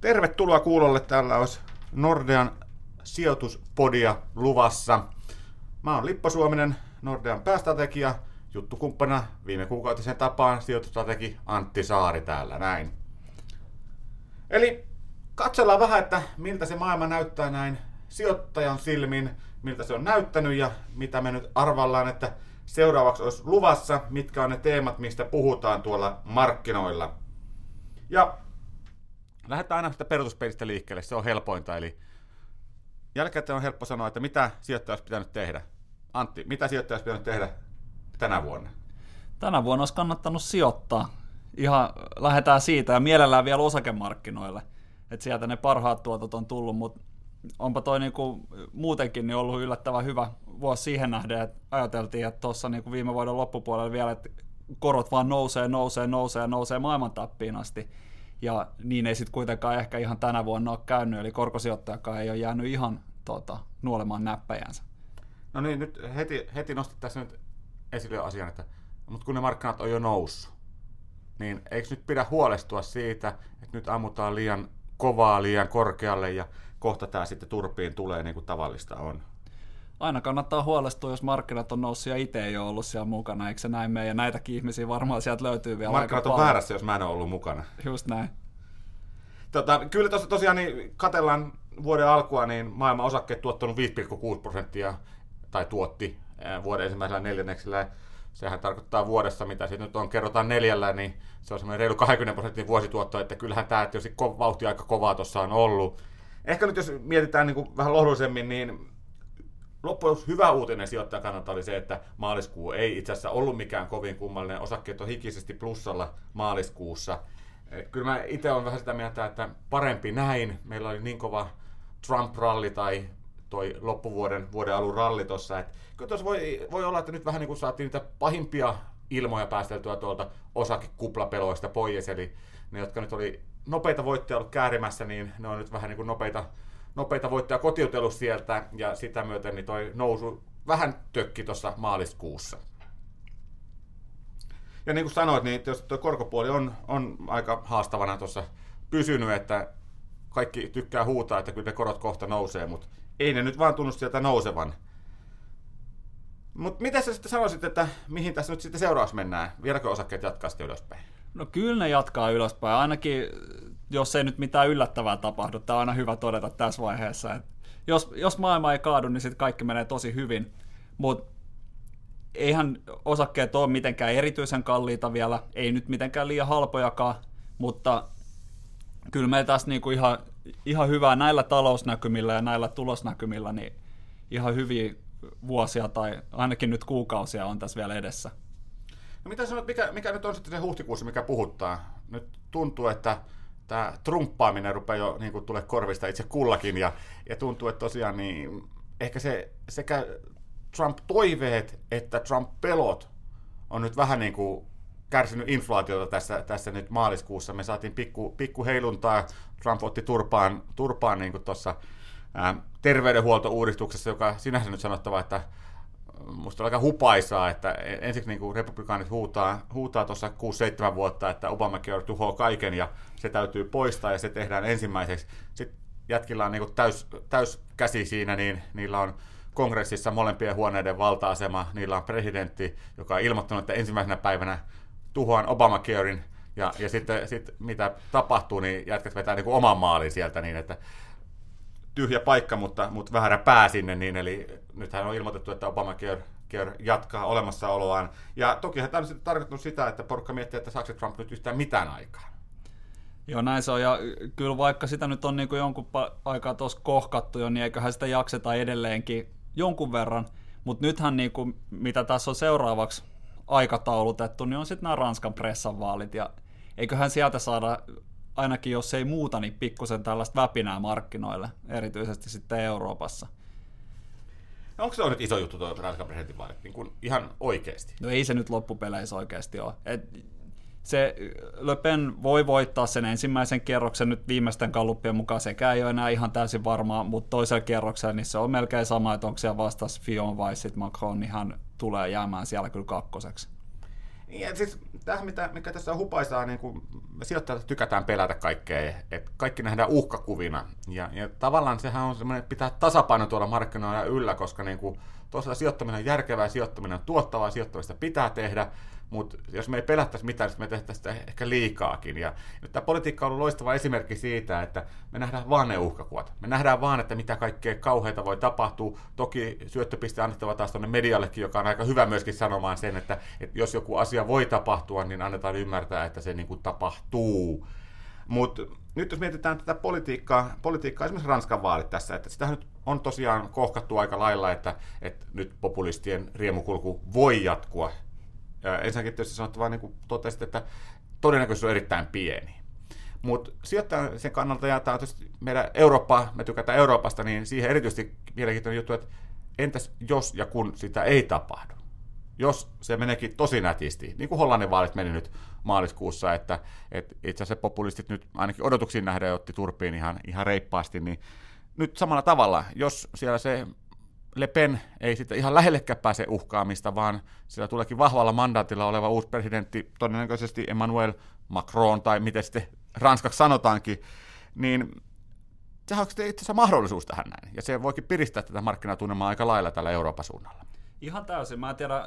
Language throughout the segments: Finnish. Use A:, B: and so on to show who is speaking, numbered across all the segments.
A: Tervetuloa kuulolle. Täällä olisi Nordean sijoituspodia luvassa. Mä oon Lippo Suominen, Nordean päästrategia, juttukumppana viime kuukautisen tapaan sijoitustrategi Antti Saari täällä näin. Eli katsellaan vähän, että miltä se maailma näyttää näin sijoittajan silmin, miltä se on näyttänyt ja mitä me nyt arvallaan, että seuraavaksi olisi luvassa, mitkä on ne teemat, mistä puhutaan tuolla markkinoilla. Ja lähdetään aina sitä peruutuspelistä liikkeelle, se on helpointa, eli jälkikäteen on helppo sanoa, että mitä sijoittaja olisi pitänyt tehdä. Antti, mitä sijoittaja olisi pitänyt tehdä tänä vuonna?
B: Tänä vuonna olisi kannattanut sijoittaa. Ihan lähdetään siitä ja mielellään vielä osakemarkkinoille. Että sieltä ne parhaat tuotot on tullut, mutta onpa toi niinku muutenkin niin ollut yllättävän hyvä vuosi siihen nähden, että ajateltiin, että tuossa niinku viime vuoden loppupuolella vielä, että korot vaan nousee maailman tappiin asti. Ja niin ei sitten kuitenkaan ehkä ihan tänä vuonna ole käynyt, eli korkosijoittajakaan ei ole jäänyt ihan nuolemaan näppäjänsä. No
A: niin, nyt heti nostit tässä nyt esille asian, mutta kun ne markkinat on jo noussut, niin eikö nyt pidä huolestua siitä, että nyt ammutaan liian kovaa, liian korkealle ja kohta tämä sitten turpiin tulee niin kuin tavallista on?
B: Aina kannattaa huolestua, jos markkinat on noussut ja itse ei ole ollut siellä mukana, eikö se näin mene? Ja näitäkin ihmisiä varmaan sieltä löytyy vielä.
A: Markkinat on väärässä, jos mä en ole ollut mukana.
B: Just näin.
A: Kyllä tuossa tosiaan niin katellaan vuoden alkua, niin maailman osakkeet tuottanut 5,6% tai tuotti vuoden ensimmäisellä neljänneksellä. Sehän tarkoittaa vuodessa, mitä siitä nyt on, kerrotaan 4, niin se on semmoinen reilu 20% vuosituotto, että kyllähän tämä tietysti vauhti aika kovaa tuossa on ollut. Ehkä nyt jos mietitään niin kuin vähän lohdullisemmin, niin loppujen hyvä uutinen sijoittajan kannalta oli se, että maaliskuu ei itse asiassa ollut mikään kovin kummallinen. Osakkeet on hikisesti plussalla maaliskuussa. Kyllä mä itse olen vähän sitä mieltä, että parempi näin. Meillä oli niin kova Trump-ralli tai toi vuoden alun ralli tuossa. Kyllä tuossa voi olla, että nyt vähän niin kuin saatiin niitä pahimpia ilmoja päästeltyä tuolta osakekuplapeloista pois. Eli ne, jotka nyt oli nopeita voittoja ollut käärimässä, niin ne on nyt vähän niin kuin nopeita voittoja kotiutellut sieltä. Ja sitä myöten niin toi nousu vähän tökki tuossa maaliskuussa. Ja niin kuin sanoit, niin tuo korkopuoli on aika haastavana tuossa pysynyt, että kaikki tykkää huutaa, että kyllä ne korot kohta nousee, mutta ei ne nyt vaan tunnu sieltä nousevan. Mutta mitä sä sitten sanoisit, että mihin tässä nyt sitten seuraavaksi mennään? Vieläkö osakkeet jatkaa sitten ylöspäin?
B: No kyllä ne jatkaa ylöspäin, ainakin jos ei nyt mitään yllättävää tapahdu. Tämä on aina hyvä todeta tässä vaiheessa, että jos maailma ei kaadu, niin sitten kaikki menee tosi hyvin, mutta eihän osakkeet ole mitenkään erityisen kalliita vielä, ei nyt mitenkään liian halpojakaan, mutta kyllä meillä tässä niinku ihan hyvää näillä talousnäkymillä ja näillä tulosnäkymillä, niin ihan hyviä vuosia tai ainakin nyt kuukausia on tässä vielä edessä.
A: No mitä sanot, mikä nyt on sitten se huhtikuussa, mikä puhuttaa? Nyt tuntuu, että tämä trumppaaminen rupeaa jo niin kuin tulee korvista itse kullakin ja tuntuu, että tosiaan niin ehkä se sekä Trump-toiveet että Trump-pelot on nyt vähän niin kuin kärsinyt inflaatiota tässä nyt maaliskuussa. Me saatiin pikku heiluntaa. Trump otti turpaan niin kuin tuossa terveydenhuoltouudistuksessa, joka sinänsä nyt sanottava, että musta on aika hupaisaa, että ensiksi niin kuin republikaanit huutaa tuossa 6-7 vuotta, että Obamacare tuhoaa kaiken ja se täytyy poistaa ja se tehdään ensimmäiseksi. Sitten jätkillä on niin kuin täys käsi siinä, niin niillä on kongressissa molempien huoneiden valta-asema, niillä on presidentti, joka on ilmoittanut, että ensimmäisenä päivänä tuhoan Obamacarein, ja sitten mitä tapahtuu, niin jätkät vetää niin kuin oman maalin sieltä, niin että tyhjä paikka, mutta väärä pää sinne, niin eli nythän on ilmoitettu, että Obamacare jatkaa olemassaoloaan, ja tokihan tämä on sitten tarkoittanut sitä, että porukka miettii, että saako Trump nyt yhtään mitään aikaa.
B: Joo, näin se on, ja kyllä vaikka sitä nyt on niin kuin jonkun aikaa tuossa kohkattu jo, niin eiköhän sitä jakseta edelleenkin jonkun verran, mutta nythän niin kuin, mitä tässä on seuraavaksi aikataulutettu, niin on sitten nämä Ranskan pressanvaalit, ja eiköhän sieltä saada, ainakin jos ei muuta, niin pikkusen tällaista väpinää markkinoille, erityisesti sitten Euroopassa.
A: No onko se on nyt iso juttu tuo Ranskan presidentinvaalit, niin kuin ihan oikeasti?
B: No ei se nyt loppupeleissä oikeasti ole. Se Le Pen voi voittaa sen ensimmäisen kierroksen nyt viimeisten galluppien mukaan, sekä ei ole enää ihan täysin varmaa, mutta toisella kierroksella niin se on melkein sama, että onko siellä vastas Fillon vai sitten Macron, niin hän tulee jäämään siellä kyllä kakkoseksi.
A: Ja siis tähän, mikä tässä hupaisaa, niin kuin me sijoittajat tykätään pelätä kaikkea, että kaikki nähdään uhkakuvina. Ja tavallaan sehän on semmoinen, pitää tasapaino tuolla markkinoilla yllä, koska niin kuin tuossa sijoittaminen on järkevää, sijoittaminen on tuottavaa, sijoittamista pitää tehdä, mutta jos me ei pelättäisi mitään, niin me tehtäisiin sitä ehkä liikaakin. Ja nyt tämä politiikka on ollut loistava esimerkki siitä, että me nähdään vaan ne uhkakuvat. Me nähdään vaan, että mitä kaikkea kauheita voi tapahtua. Toki syöttöpiste annettava taas tuonne mediallekin, joka on aika hyvä myöskin sanomaan sen, että jos joku asia voi tapahtua, niin annetaan ymmärtää, että se niin kuin tapahtuu. Mutta nyt jos mietitään tätä politiikkaa, esimerkiksi Ranskan vaalit tässä, että sitähän nyt on tosiaan kohkattu aika lailla, että nyt populistien riemukulku voi jatkua. Ensinnäkin tietysti sanottavaa, niin kuin totesit, että todennäköisyys on erittäin pieni. Mutta sijoittajan sen kannalta, ja tämä on tietysti meidän Eurooppaa, me tykätään Euroopasta, niin siihen erityisesti mielenkiintoinen juttu, että entäs jos ja kun sitä ei tapahdu? Jos se meneekin tosi nätisti, niin kuin Hollannin vaalit meni nyt maaliskuussa, että itse asiassa populistit nyt ainakin odotuksiin nähden otti turpiin ihan reippaasti, niin nyt samalla tavalla, jos siellä se Le Pen ei sitten ihan lähellekään pääse uhkaamista, vaan siellä tuleekin vahvalla mandaatilla oleva uusi presidentti, todennäköisesti Emmanuel Macron, tai miten sitten ranskaksi sanotaankin, niin sehän on itse asiassa mahdollisuus tähän näin, ja se voikin piristää tätä markkinatunnelmaa aika lailla tällä Euroopan suunnalla.
B: Ihan täysin. Mä en tiedä,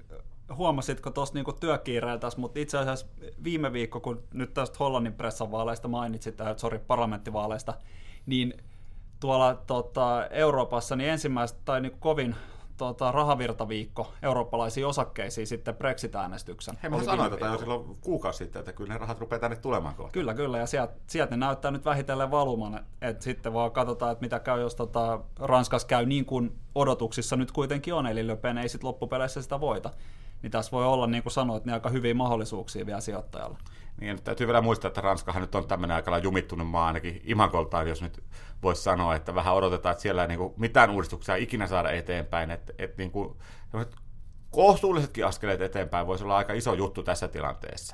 B: huomasitko tuossa niinku työkiireiltäsi, mutta itse asiassa viime viikko, kun nyt tästä Hollannin pressavaaleista mainitsit, parlamenttivaaleista, niin tuolla Euroopassa niin ensimmäistä tai niin kovin rahavirtaviikko eurooppalaisiin osakkeisiin sitten Brexit-äänestyksen.
A: Hei, mä sanoin tätä jo silloin kuukausi sitten, että kyllä ne rahat rupeaa tänne tulemaan kohta.
B: Kyllä, ja sieltä ne näyttää nyt vähitellen valumaan, että sitten vaan katsotaan, että mitä käy, jos Ranskassa käy niin kuin odotuksissa nyt kuitenkin on, eli Le Pen ei sitten loppupeleissä sitä voita. Niin tässä voi olla, niin kuin sanoit, niin aika hyviä mahdollisuuksia vielä sijoittajalle.
A: Niin, ja nyt täytyy vielä muistaa, että Ranskahan nyt on tämmöinen aika jumittunut maa ainakin imagoltaan, jos nyt voisi sanoa, että vähän odotetaan, että siellä ei niin kuin mitään uudistuksia ikinä saada eteenpäin, että niin kuin kohtuullisetkin askeleet eteenpäin voisi olla aika iso juttu tässä tilanteessa.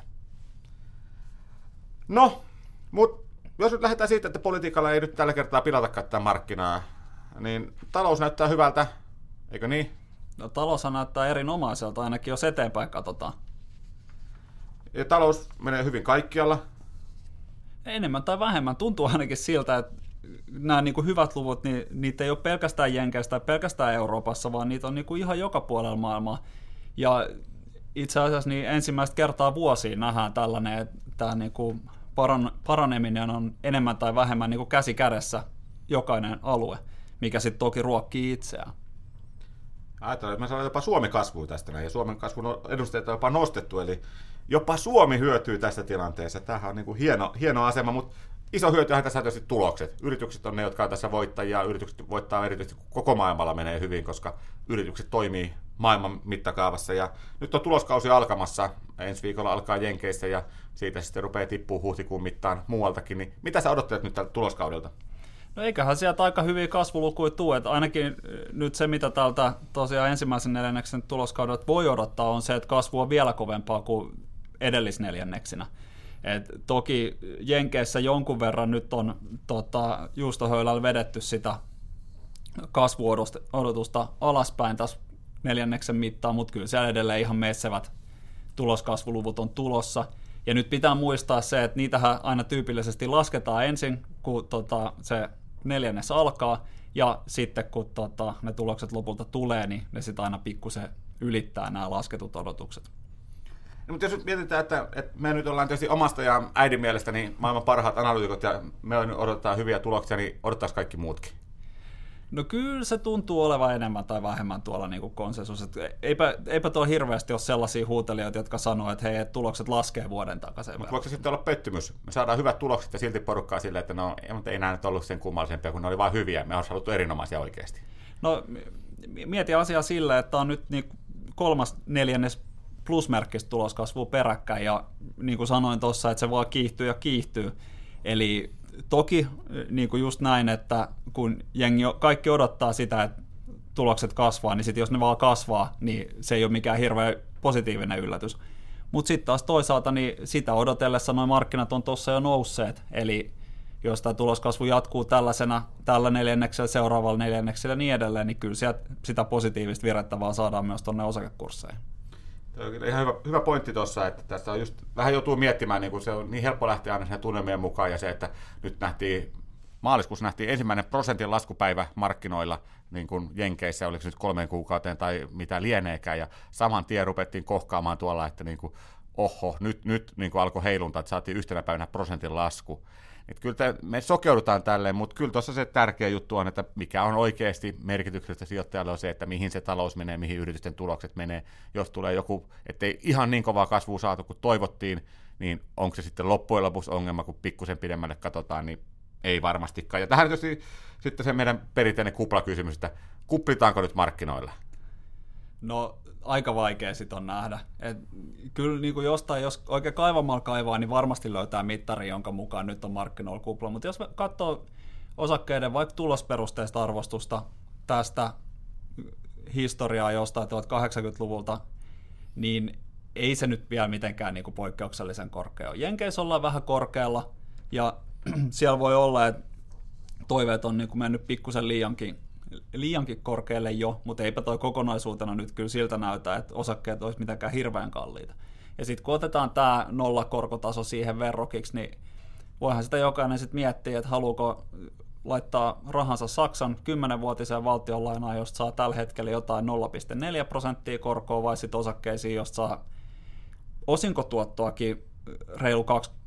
A: No, mutta jos nyt lähdetään siitä, että politiikalla ei nyt tällä kertaa pilatakaan tätä markkinaa, niin talous näyttää hyvältä, eikö niin?
B: No, taloushan näyttää erinomaiselta, ainakin jos eteenpäin katsotaan.
A: Ja talous menee hyvin kaikkialla.
B: Enemmän tai vähemmän. Tuntuu ainakin siltä, että nämä niin kuin hyvät luvut, niin niitä ei ole pelkästään Jenkeissä tai pelkästään Euroopassa, vaan niitä on niin kuin ihan joka puolella maailmaa. Ja itse asiassa niin ensimmäistä kertaa vuosiin nähdään tällainen, että tämä niin kuin paraneminen on enemmän tai vähemmän niin kuin käsi kädessä jokainen alue, mikä sitten toki ruokkii itseään.
A: Ajatellaan, että me saadaan jopa Suomi kasvua tästä näin, ja Suomen kasvun edustajat on jopa nostettu, eli jopa Suomi hyötyy tässä tilanteessa. Tämähän on niin kuin hieno asema, mutta iso hyötyhän tässä on tietysti tulokset. Yritykset on ne, jotka on tässä voittajia, yritykset voittaa erityisesti, kun koko maailmalla menee hyvin, koska yritykset toimii maailman mittakaavassa, ja nyt on tuloskausi alkamassa, ensi viikolla alkaa Jenkeissä, ja siitä sitten rupeaa tippua huhtikuun mittaan muualtakin, niin mitä sä odottelet nyt tältä tuloskaudelta?
B: No eiköhän sieltä aika hyviä kasvulukuja tule, että ainakin nyt se, mitä tältä tosiaan ensimmäisen neljänneksen tuloskaudelta voi odottaa, on se, että kasvu on vielä kovempaa kuin edellisneljänneksinä. Et toki Jenkeissä jonkun verran nyt on juustohöylällä vedetty sitä kasvuodotusta alaspäin tässä neljänneksen mittaan, mutta kyllä siellä edelleen ihan messevät tuloskasvuluvut on tulossa. Ja nyt pitää muistaa se, että niitähän aina tyypillisesti lasketaan ensin, kun se neljännes alkaa, ja sitten kun ne tulokset lopulta tulee, niin ne sitten aina pikkusen ylittää nämä lasketut odotukset.
A: No, mutta jos nyt mietitään, että me nyt ollaan tietysti omasta ja äidin mielestä niin maailman parhaat analyytikot, ja me odotetaan hyviä tuloksia, niin odottaisi kaikki muutkin?
B: No kyllä se tuntuu olevan enemmän tai vähemmän tuolla niin kuin konsensus. Eipä tuolla hirveästi ole sellaisia huutelijoita, jotka sanoo, että hei, tulokset laskee vuoden takaisin.
A: Mutta voiko se sitten olla pettymys? Me saadaan hyvät tulokset ja silti porukkaa silleen, että no, ei nämä nyt ollut sen kummallisempia, kun ne oli vain hyviä. Me olisi haluttu erinomaisia oikeasti.
B: No mieti asiaa silleen, että on nyt niin 3/4 plusmerkkistä tuloskasvua peräkkäin, ja niin kuin sanoin tuossa, että se vaan kiihtyy ja kiihtyy. Eli toki niin kuin just näin, että kun kaikki odottaa sitä, että tulokset kasvaa, niin sitten jos ne vaan kasvaa, niin se ei ole mikään hirveän positiivinen yllätys. Mutta sitten taas toisaalta niin sitä odotellessa nuo markkinat on tuossa jo nousseet, eli jos tämä tuloskasvu jatkuu tällä neljänneksellä, seuraavalla neljänneksellä ja niin edelleen, niin kyllä sieltä sitä positiivista virettä vaan saadaan myös tuonne osakekursseihin.
A: Tuo on kyllä ihan hyvä pointti tuossa, että tässä on just, vähän joutuu miettimään, niin kun se on niin helppo lähteä aina sen tunnelmien mukaan, ja se, että nyt maaliskuussa nähtiin ensimmäinen prosentin laskupäivä markkinoilla, niin kuin Jenkeissä, oliko se nyt 3 kuukauteen tai mitä lieneekään, ja saman tien rupettiin kohkaamaan tuolla, että niin kuin, nyt niin kuin alkoi heiluntaa, että saatiin yhtenä päivänä prosentin lasku. Että kyllä me sokeudutaan tälleen, mutta kyllä tuossa se tärkeä juttu on, että mikä on oikeasti merkityksellistä sijoittajalle on se, että mihin se talous menee, mihin yritysten tulokset menee. Jos tulee joku, ettei ihan niin kovaa kasvua saatu kuin toivottiin, niin onko se sitten loppujen lopuksi ongelma, kun pikkusen pidemmälle katsotaan, niin ei varmastikaan. Ja tähän tietysti sitten se meidän perinteinen kuplakysymys, että kuplitaanko nyt markkinoilla?
B: No aika vaikea sitten on nähdä. Et kyllä niin kuin jostain, jos oikein kaivamalla kaivaa, niin varmasti löytää mittari, jonka mukaan nyt on markkinoilla kupla. Mutta jos katsoo osakkeiden vaikka tulosperusteista arvostusta tästä historiaa jostain 1880-luvulta, niin ei se nyt vielä mitenkään niin kuin poikkeuksellisen korkea ole. Jenkeissä ollaan vähän korkealla, ja siellä voi olla, että toiveet on niin kuin mennyt pikkusen liiankin korkealle jo, mutta eipä toi kokonaisuutena nyt kyllä siltä näytä, että osakkeet olisi mitenkään hirveän kalliita. Ja sitten kun otetaan tämä nollakorkotaso siihen verrokiksi, niin voihan sitä jokainen sitten miettiä, että haluuko laittaa rahansa Saksan 10-vuotiseen valtionlainaan, josta saa tällä hetkellä jotain 0,4% korkoa, vai sitten osakkeisiin, josta saa osinkotuottoakin reilu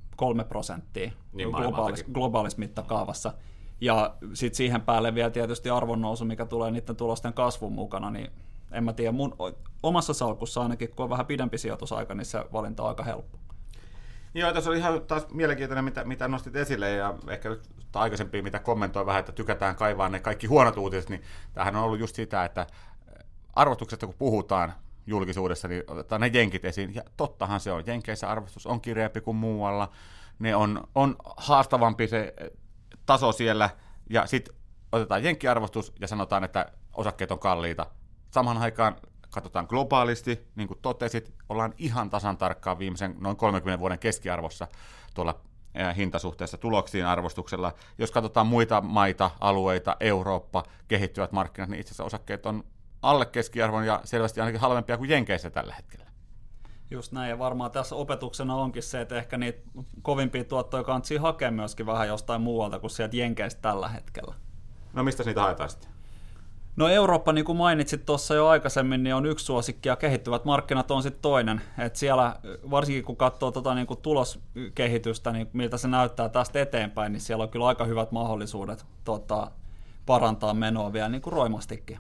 B: 2-3% niin globaalissa mittakaavassa. Ja sitten siihen päälle vielä tietysti arvonnousu, mikä tulee niiden tulosten kasvun mukana, niin en mä tiedä, mun omassa salkussa ainakin, kun on vähän pidempi sijoitusaika, niin se valinta on aika helppo.
A: Joo, tässä oli ihan taas mielenkiintoinen, mitä nostit esille, ja ehkä aikaisempia, mitä kommentoi vähän, että tykätään kaivaa ne kaikki huonot uutiset, niin tämähän on ollut just sitä, että arvostuksesta kun puhutaan julkisuudessa, niin otetaan ne jenkit esiin, ja tottahan se on. Jenkeissä arvostus on kireämpi kuin muualla, ne on haastavampi se taso siellä, ja sitten otetaan jenkkiarvostus ja sanotaan, että osakkeet on kalliita. Samaan aikaan katsotaan globaalisti, niin kuin totesit, ollaan ihan tasan tarkkaan viimeisen noin 30 vuoden keskiarvossa tuolla hintasuhteessa tuloksiin arvostuksella. Jos katsotaan muita maita, alueita, Eurooppa, kehittyvät markkinat, niin itse asiassa osakkeet on alle keskiarvon ja selvästi ainakin halvempia kuin Jenkeissä tällä hetkellä.
B: Just näin, ja varmaan tässä opetuksena onkin se, että ehkä niitä kovimpia tuottoja kannattaa hakea myöskin vähän jostain muualta kuin sieltä Jenkeistä tällä hetkellä.
A: No mistä niitä haetaan sitten?
B: No Eurooppa, niin kuin mainitsit tuossa jo aikaisemmin, niin on yksi suosikki, ja kehittyvät markkinat on sitten toinen. Et siellä, varsinkin kun katsoo niin kuin tuloskehitystä, niin miltä se näyttää tästä eteenpäin, niin siellä on kyllä aika hyvät mahdollisuudet parantaa menoa vielä niin kuin roimastikin.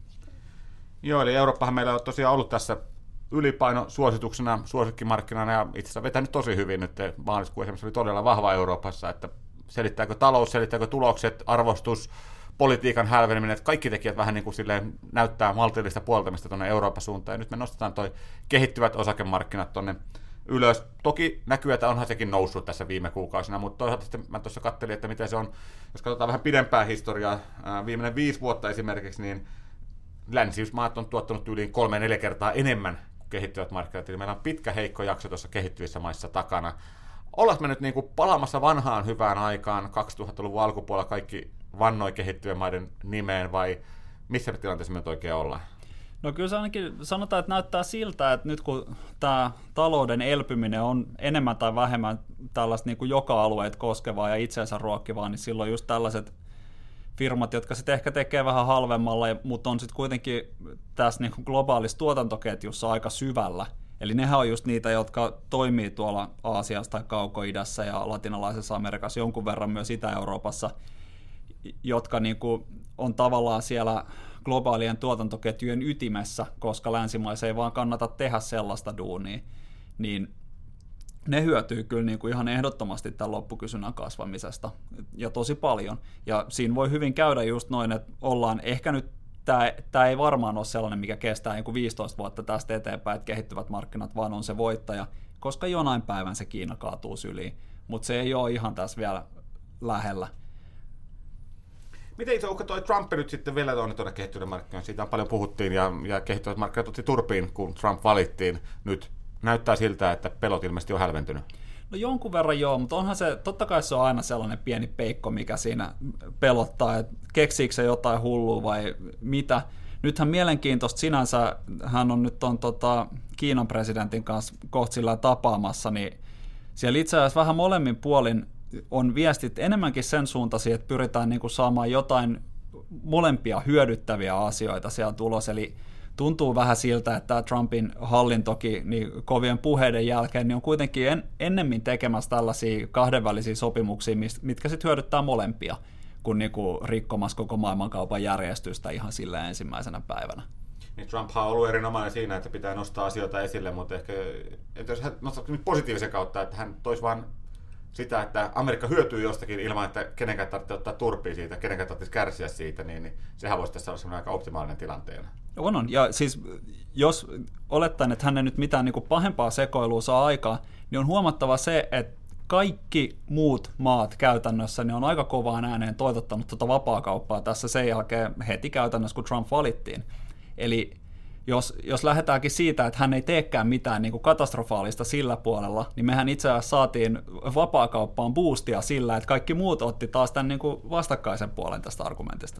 A: Joo, eli Eurooppahan meillä on tosiaan ollut tässä ylipaino suosituksena suosikkimarkkinana, ja itse asiassa vetänyt tosi hyvin nyt. Maaliskuun esimerkiksi oli todella vahva Euroopassa, että selittääkö talous, selittääkö tulokset, arvostus, politiikan hälveneminen, että kaikki tekijät vähän niin kuin silleen näyttää maltillista puoltamista tuonne Euroopan suuntaan, ja nyt me nostetaan toi kehittyvät osakemarkkinat tuonne ylös. Toki näkyy, että onhan sekin noussut tässä viime kuukausina, mutta toisaalta sitten mä tuossa katselin, että miten se on, jos katsotaan vähän pidempää historiaa, viimeinen 5 vuotta esimerkiksi, niin länsimaat on tuottanut yli 3-4 kertaa enemmän kuin kehittyvät markkinat, eli meillä on pitkä heikko jakso tuossa kehittyvissä maissa takana. Ollaanko me nyt niin kuin palaamassa vanhaan hyvään aikaan, 2000-luvun alkupuolella kaikki vannoi kehittyvien maiden nimeen, vai missä tilanteessa me nyt oikein ollaan?
B: No kyllä se ainakin sanotaan, että näyttää siltä, että nyt kun tämä talouden elpyminen on enemmän tai vähemmän tällaista niin kuin joka alueet koskevaa ja itseensä ruokkivaa, niin silloin just tällaiset firmat, jotka sitten ehkä tekee vähän halvemmalla, mutta on sitten kuitenkin tässä niin kuin globaalissa tuotantoketjussa aika syvällä. Eli nehän on just niitä, jotka toimii tuolla Aasiassa tai Kauko-idässä ja latinalaisessa Amerikassa, jonkun verran myös Itä-Euroopassa, jotka niin kuin on tavallaan siellä globaalien tuotantoketjujen ytimessä, koska länsimaissa ei vaan kannata tehdä sellaista duunia, niin ne hyötyy kyllä niin kuin ihan ehdottomasti tämän loppukysynnän kasvamisesta, ja tosi paljon. Ja siinä voi hyvin käydä just noin, että ollaan ehkä nyt, tämä ei varmaan ole sellainen, mikä kestää niin kuin 15 vuotta tästä eteenpäin, että kehittyvät markkinat vaan on se voittaja, koska jonain päivän se Kiina kaatuu syliin, mutta se ei ole ihan tässä vielä lähellä.
A: Miten iso uhka toi Trump nyt sitten vielä tuonne kehittyneiden markkinoille? Siitä on paljon puhuttiin ja kehittyvät markkinat otti turpiin, kun Trump valittiin. Nyt näyttää siltä, että pelot ilmeisesti on hälventynyt.
B: No jonkun verran joo, mutta onhan se, totta kai se on aina sellainen pieni peikko, mikä siinä pelottaa, että keksiikö se jotain hullua vai mitä. nythän mielenkiintoista sinänsä, hän on nyt Kiinan presidentin kanssa kohta sillä tapaamassa, niin siellä itse asiassa vähän molemmin puolin on viestit enemmänkin sen suuntaisia, että pyritään niin kuin saamaan jotain molempia hyödyttäviä asioita siellä tulos, eli tuntuu vähän siltä, että Trumpin hallintokin niin kovien puheiden jälkeen niin on kuitenkin ennemmin tekemässä tällaisia kahdenvälisiä sopimuksia, mitkä sitten hyödyttää molempia, kuin niinku rikkomassa koko maailmankaupan järjestystä ihan sillä ensimmäisenä päivänä.
A: Niin Trump on ollut erinomainen siinä, että pitää nostaa asioita esille, mutta ehkä että jos hän nostaa nyt positiivisen kautta, että hän toisi vaan sitä, että Amerikka hyötyy jostakin ilman, että kenenkään tarvitsee ottaa turpia siitä, kenenkään tarvitsisi kärsiä siitä, niin sehän voisi tässä olla semmoinen aika optimaalinen tilanteena.
B: On. Ja siis jos olettaen, että hän ei nyt mitään niin kuin pahempaa sekoilua saa aikaa, niin on huomattava se, että kaikki muut maat käytännössä ne on aika kovaan ääneen toitottanut tuota vapaakauppaa tässä sen jälkeen heti käytännössä, kun Trump valittiin. Eli jos lähdetäänkin siitä, että hän ei teekään mitään niin kuin katastrofaalista sillä puolella, niin mehän itse asiassa saatiin vapaakauppaan boostia sillä, että kaikki muut otti taas tämän niin kuin vastakkaisen puolen tästä argumentista.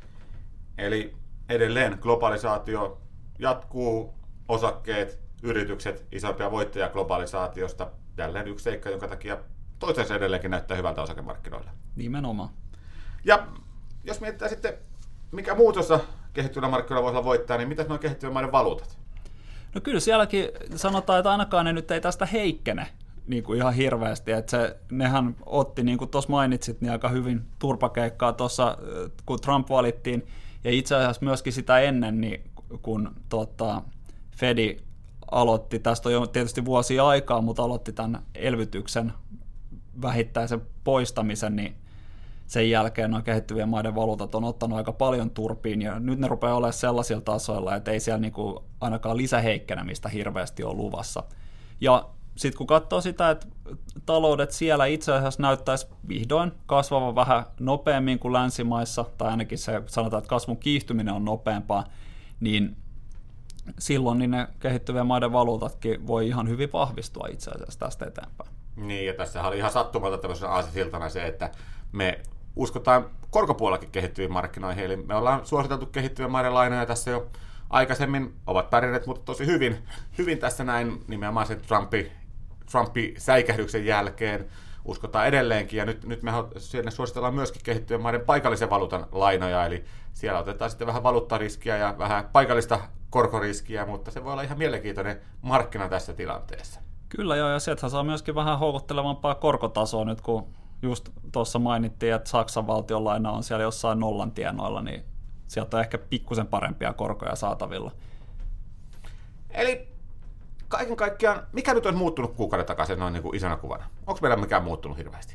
A: Eli edelleen globalisaatio jatkuu, osakkeet, yritykset, isompia voittajia globalisaatiosta. Jälleen yksi seikka, jonka takia toisensa edelleenkin näyttää hyvältä osakemarkkinoilla.
B: Nimenomaan.
A: Ja jos mietitään sitten, mikä muu tuossa kehittyvillä markkinoilla voisi olla voittaa, niin mitäs nuo kehittyvien maiden valuutat?
B: No kyllä sielläkin sanotaan, että ainakaan ne nyt ei tästä heikkene niin kuin ihan hirveästi. Että nehän otti, niin kuin tuossa mainitsit, niin aika hyvin turpakeikkaa tuossa, kun Trump valittiin. Ja itse asiassa myöskin sitä ennen, niin kun Fedi aloitti, tästä on jo tietysti vuosia aikaa, mutta aloitti tämän elvytyksen vähittäisen poistamisen, niin sen jälkeen nuo kehittyvien maiden valuutat on ottanut aika paljon turpiin, ja nyt ne rupeaa olemaan sellaisilla tasoilla, että ei siellä niinku ainakaan lisäheikkenemistä hirveästi ole luvassa. Ja sitten kun katsoo sitä, että taloudet siellä itse asiassa näyttäisi vihdoin kasvavan vähän nopeammin kuin länsimaissa, tai ainakin se sanotaan, että kasvun kiihtyminen on nopeampaa, niin silloin niin ne kehittyvien maiden valuutatkin voi ihan hyvin vahvistua itse asiassa tästä eteenpäin.
A: Niin, ja tässä oli ihan sattumalta tämmöisenä aasisiltana se, että me uskotaan korkopuolellakin kehittyviin markkinoihin, eli me ollaan suositeltu kehittyvien maiden lainoja tässä jo aikaisemmin, ovat pärjänneet, mutta tosi hyvin tässä näin nimenomaan sen Trumpin säikähdyksen jälkeen uskotaan edelleenkin, ja nyt me suositellaan myöskin kehittyvien maiden paikallisen valuutan lainoja, eli siellä otetaan sitten vähän valuuttariskiä ja vähän paikallista korkoriskiä, mutta se voi olla ihan mielenkiintoinen markkina tässä tilanteessa.
B: Kyllä joo, ja sieltähän saa myöskin vähän houkuttelevampaa korkotasoa nyt, kun just tuossa mainittiin, että Saksan valtionlaina on siellä jossain nollan tienoilla, niin sieltä on ehkä pikkusen parempia korkoja saatavilla.
A: Eli kaiken kaikkiaan, mikä nyt on muuttunut kuukauden takaisin noin niin kuin isona kuvana? Onko meillä mikään muuttunut hirveästi?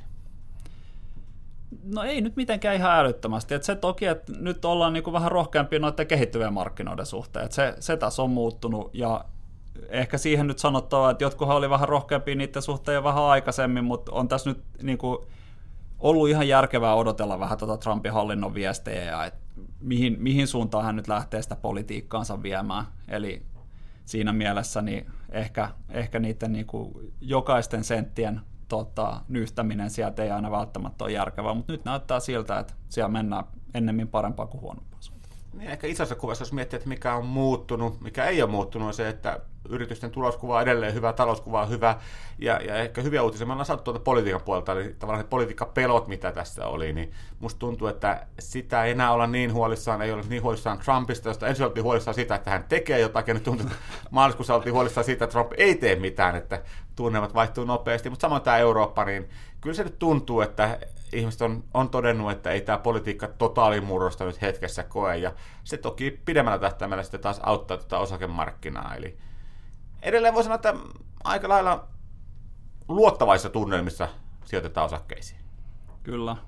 B: No ei nyt mitenkään ihan älyttömästi. Et se toki, että nyt ollaan niin kuin vähän rohkeampia noiden kehittyvien markkinoiden suhteen. Et se tässä on muuttunut, ja ehkä siihen nyt sanottava, että jotkuhan oli vähän rohkeampia niiden suhteen jo vähän aikaisemmin, mutta on tässä nyt niin kuin ollut ihan järkevää odotella vähän Trumpin hallinnon viestejä ja että mihin suuntaan hän nyt lähtee sitä politiikkaansa viemään. Eli siinä mielessä niin ehkä niiden niin kuin jokaisten senttien nyhtäminen sieltä ei aina välttämättä ole järkevää, mutta nyt näyttää siltä, että siellä mennään ennemmin parempaa kuin huonompaa suuntaan.
A: Niin, ehkä isossa kuvassa, jos miettii, että mikä on muuttunut, mikä ei ole muuttunut, on se, että yritysten tuloskuva on edelleen hyvä, talouskuva on hyvä, ja ehkä hyviä uutisia. Me ollaan saatu tuolta politiikan puolelta, eli tavallaan ne politiikkapelot, mitä tässä oli, niin musta tuntuu, että sitä ei enää olla niin huolissaan, ei ole niin huolissaan Trumpista, josta ensin oltiin huolissaan siitä, että hän tekee jotakin, ja nyt tuntuu, että maaliskuussa oltiin huolissaan siitä, että Trump ei tee mitään, että tunnelmat vaihtuu nopeasti, mutta samoin tämä Eurooppa, niin kyllä se nyt tuntuu, että ihmiset on todennut, että ei tämä politiikka totaalimurrosta nyt hetkessä koe, ja se toki pidemmällä tähtäimellä sitten taas auttaa tätä osakemarkkinaa, eli edelleen voi sanoa, että aika lailla luottavaisissa tunnelmissa sijoitetaan osakkeisiin.
B: Kyllä.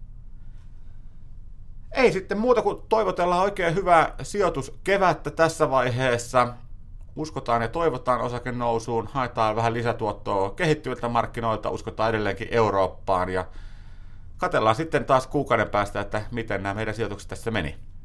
A: Ei sitten muuta kuin toivotellaan oikein hyvää sijoituskevättä tässä vaiheessa. Uskotaan ja toivotaan osakennousuun, haetaan vähän lisätuottoa kehittyviltä markkinoilta, uskotaan edelleenkin Eurooppaan ja katsellaan sitten taas kuukauden päästä, että miten nämä meidän sijoitukset tässä meni.